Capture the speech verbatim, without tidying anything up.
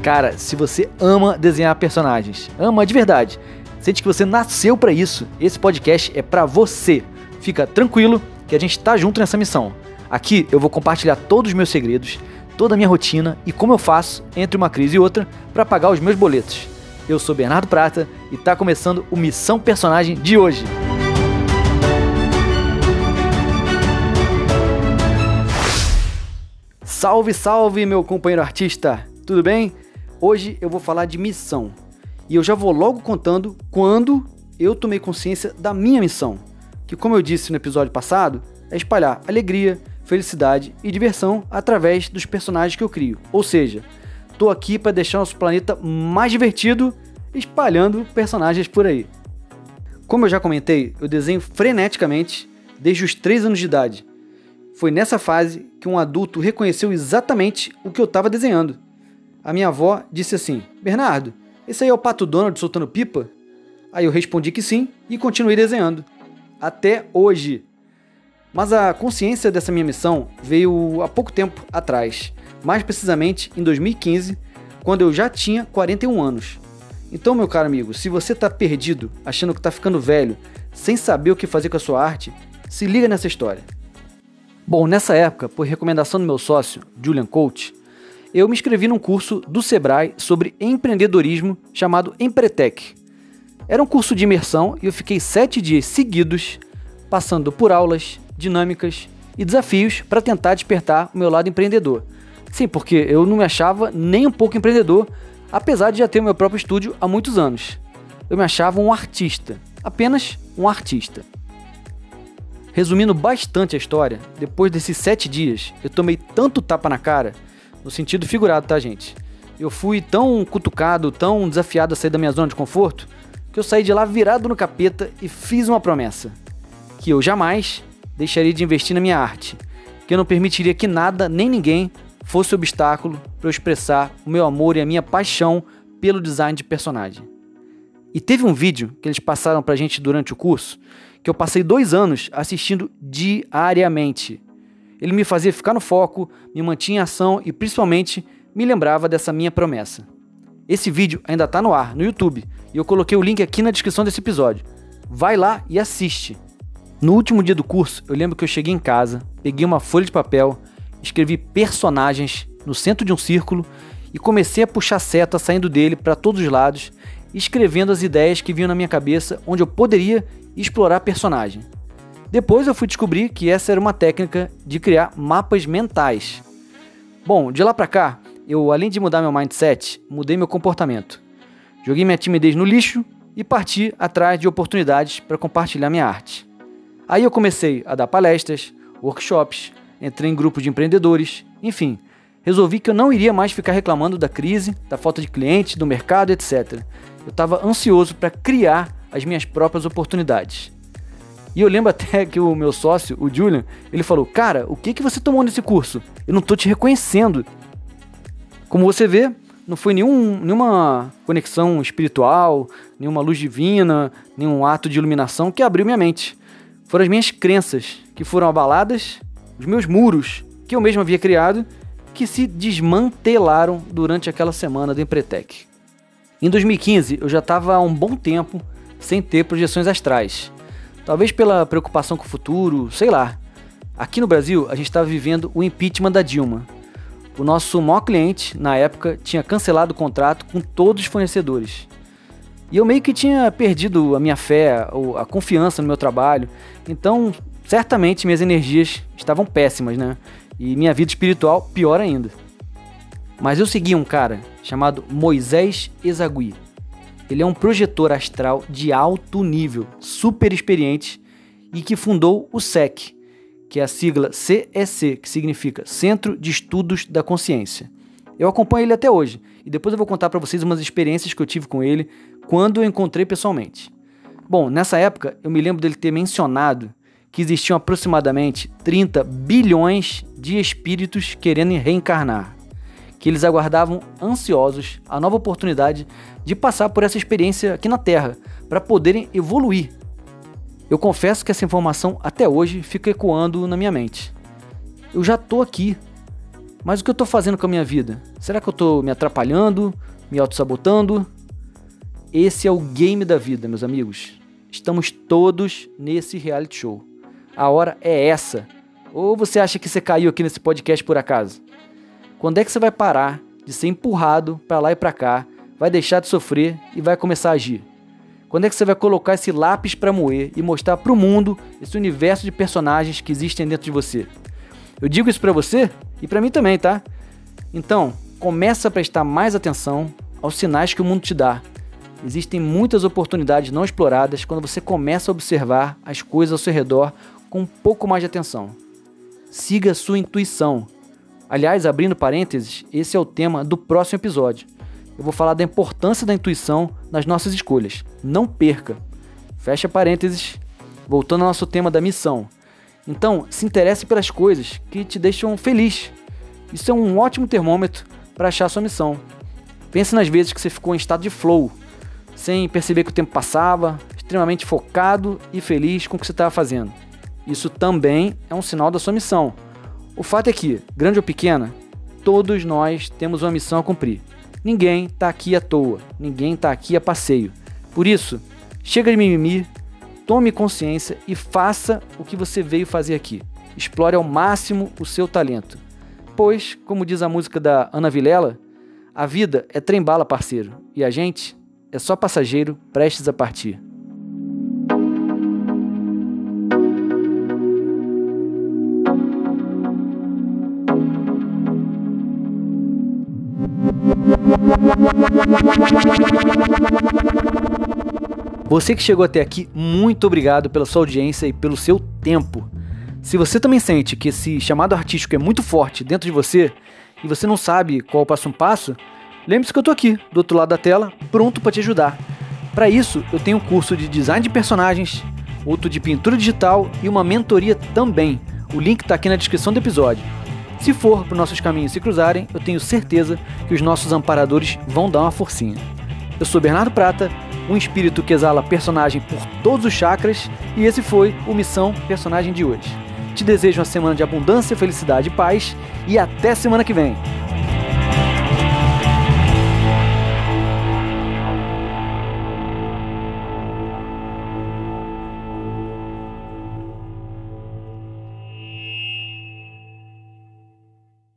Cara, se você ama desenhar personagens, ama de verdade, sente que você nasceu pra isso, esse podcast é pra você. Fica tranquilo que a gente tá junto nessa missão. Aqui eu vou compartilhar todos os meus segredos, toda a minha rotina e como eu faço entre uma crise e outra pra pagar os meus boletos. Eu sou Bernardo Prata e tá começando o Missão Personagem de hoje. Salve, salve, meu companheiro artista! Tudo bem? Hoje eu vou falar de missão. E eu já vou logo contando quando eu tomei consciência da minha missão. Que, como eu disse no episódio passado, é espalhar alegria, felicidade e diversão através dos personagens que eu crio. Ou seja, tô aqui para deixar nosso planeta mais divertido, espalhando personagens por aí. Como eu já comentei, eu desenho freneticamente desde os três anos de idade. Foi nessa fase que um adulto reconheceu exatamente o que eu estava desenhando. A minha avó disse assim: Bernardo, esse aí é o Pato Donald soltando pipa? Aí eu respondi que sim e continuei desenhando. Até hoje. Mas a consciência dessa minha missão veio há pouco tempo atrás. Mais precisamente em dois mil e quinze, quando eu já tinha quarenta e um anos. Então, meu caro amigo, se você está perdido, achando que está ficando velho, sem saber o que fazer com a sua arte, se liga nessa história. Bom, nessa época, por recomendação do meu sócio, Julian Coach, eu me inscrevi num curso do Sebrae sobre empreendedorismo chamado Empretec. Era um curso de imersão e eu fiquei sete dias seguidos passando por aulas, dinâmicas e desafios para tentar despertar o meu lado empreendedor. Sim, porque eu não me achava nem um pouco empreendedor, apesar de já ter o meu próprio estúdio há muitos anos. Eu me achava um artista, apenas um artista. Resumindo bastante a história, depois desses sete dias, eu tomei tanto tapa na cara, no sentido figurado, tá, gente? Eu fui tão cutucado, tão desafiado a sair da minha zona de conforto, que eu saí de lá virado no capeta e fiz uma promessa. Que eu jamais deixaria de investir na minha arte. Que eu não permitiria que nada, nem ninguém, fosse obstáculo para eu expressar o meu amor e a minha paixão pelo design de personagem. E teve um vídeo que eles passaram pra gente durante o curso, que eu passei dois anos assistindo diariamente. Ele me fazia ficar no foco, me mantinha em ação e principalmente me lembrava dessa minha promessa. Esse vídeo ainda está no ar, no YouTube, e eu coloquei o link aqui na descrição desse episódio. Vai lá e assiste. No último dia do curso, eu lembro que eu cheguei em casa, peguei uma folha de papel, escrevi personagens no centro de um círculo e comecei a puxar seta saindo dele para todos os lados, escrevendo as ideias que vinham na minha cabeça onde eu poderia explorar personagem. Depois eu fui descobrir que essa era uma técnica de criar mapas mentais. Bom, de lá pra cá, eu além de mudar meu mindset, mudei meu comportamento. Joguei minha timidez no lixo e parti atrás de oportunidades para compartilhar minha arte. Aí eu comecei a dar palestras, workshops, entrei em grupos de empreendedores, enfim, resolvi que eu não iria mais ficar reclamando da crise, da falta de clientes, do mercado, etcétera. Eu estava ansioso para criar as minhas próprias oportunidades. E eu lembro até que o meu sócio, o Julian, ele falou: cara, o que, que você tomou nesse curso? Eu não tô te reconhecendo. Como você vê, não foi nenhum, nenhuma conexão espiritual, nenhuma luz divina, nenhum ato de iluminação que abriu minha mente. Foram as minhas crenças que foram abaladas, os meus muros que eu mesmo havia criado, que se desmantelaram durante aquela semana do Empretec. Em dois mil e quinze, eu já estava há um bom tempo sem ter projeções astrais. Talvez pela preocupação com o futuro, sei lá. Aqui no Brasil, a gente estava vivendo o impeachment da Dilma. O nosso maior cliente, na época, tinha cancelado o contrato com todos os fornecedores. E eu meio que tinha perdido a minha fé, a confiança no meu trabalho. Então, certamente, minhas energias estavam péssimas, né? E minha vida espiritual, pior ainda. Mas eu segui um cara chamado Moisés Ezagui. Ele é um projetor astral de alto nível, super experiente e que fundou o S E C, que é a sigla C E C, que significa Centro de Estudos da Consciência. Eu acompanho ele até hoje e depois eu vou contar para vocês umas experiências que eu tive com ele quando eu encontrei pessoalmente. Bom, nessa época eu me lembro dele ter mencionado que existiam aproximadamente trinta bilhões de espíritos querendo reencarnar, que eles aguardavam ansiosos a nova oportunidade de passar por essa experiência aqui na Terra, para poderem evoluir. Eu confesso que essa informação até hoje fica ecoando na minha mente. Eu já tô aqui, Mas o que eu tô fazendo com a minha vida? Será que eu tô me atrapalhando, me auto-sabotando? Esse é o game da vida, meus amigos. Estamos todos nesse reality show. A hora é essa. Ou você acha que você caiu aqui nesse podcast por acaso? Quando é que você vai parar de ser empurrado pra lá e pra cá, vai deixar de sofrer e vai começar a agir? Quando é que você vai colocar esse lápis pra moer e mostrar pro mundo esse universo de personagens que existem dentro de você? Eu digo isso pra você e pra mim também, tá? Então, começa a prestar mais atenção aos sinais que o mundo te dá. Existem muitas oportunidades não exploradas quando você começa a observar as coisas ao seu redor com um pouco mais de atenção. Siga a sua intuição. Aliás, abrindo parênteses, esse é o tema do próximo episódio. Eu vou falar da importância da intuição nas nossas escolhas. Não perca. Fecha parênteses. Voltando ao nosso tema da missão. Então, se interesse pelas coisas que te deixam feliz. Isso é um ótimo termômetro para achar a sua missão. Pense nas vezes que você ficou em estado de flow, sem perceber que o tempo passava, extremamente focado e feliz com o que você estava fazendo. Isso também é um sinal da sua missão. O fato é que, grande ou pequena, todos nós temos uma missão a cumprir. Ninguém está aqui à toa, ninguém está aqui a passeio. Por isso, chega de mimimi, tome consciência e faça o que você veio fazer aqui. Explore ao máximo o seu talento. Pois, como diz a música da Ana Vilela, a vida é trem-bala, parceiro, e a gente é só passageiro prestes a partir. Você que chegou até aqui, muito obrigado pela sua audiência e pelo seu tempo. Se você também sente que esse chamado artístico é muito forte dentro de você e você não sabe qual é o passo a passo, lembre-se que eu tô aqui, do outro lado da tela, pronto para te ajudar. Para isso, eu tenho um curso de design de personagens, outro de pintura digital e uma mentoria também. O link está aqui na descrição do episódio. Se for para os nossos caminhos se cruzarem, eu tenho certeza que os nossos amparadores vão dar uma forcinha. Eu sou Bernardo Prata, um espírito que exala personagem por todos os chakras, e esse foi o Missão Personagem de hoje. Te desejo uma semana de abundância, felicidade e paz, e até semana que vem!